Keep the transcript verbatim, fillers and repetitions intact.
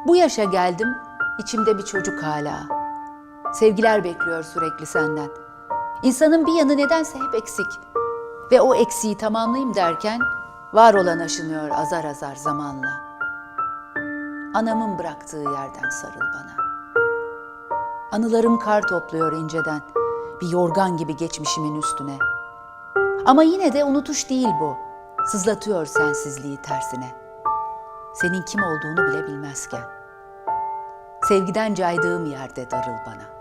Bu yaşa geldim, içimde bir çocuk hala. Sevgiler bekliyor sürekli senden. İnsanın bir yanı nedense hep eksik. Ve o eksiği tamamlayayım derken var olan aşınıyor azar azar zamanla. Anamın bıraktığı yerden sarıl bana. Anılarım kar topluyor inceden, bir yorgan gibi geçmişimin üstüne. Ama yine de unutuş değil bu, sızlatıyor sensizliği tersine. Senin kim olduğunu bile bilmezken. Sevgiden caydığım yerde darıl bana.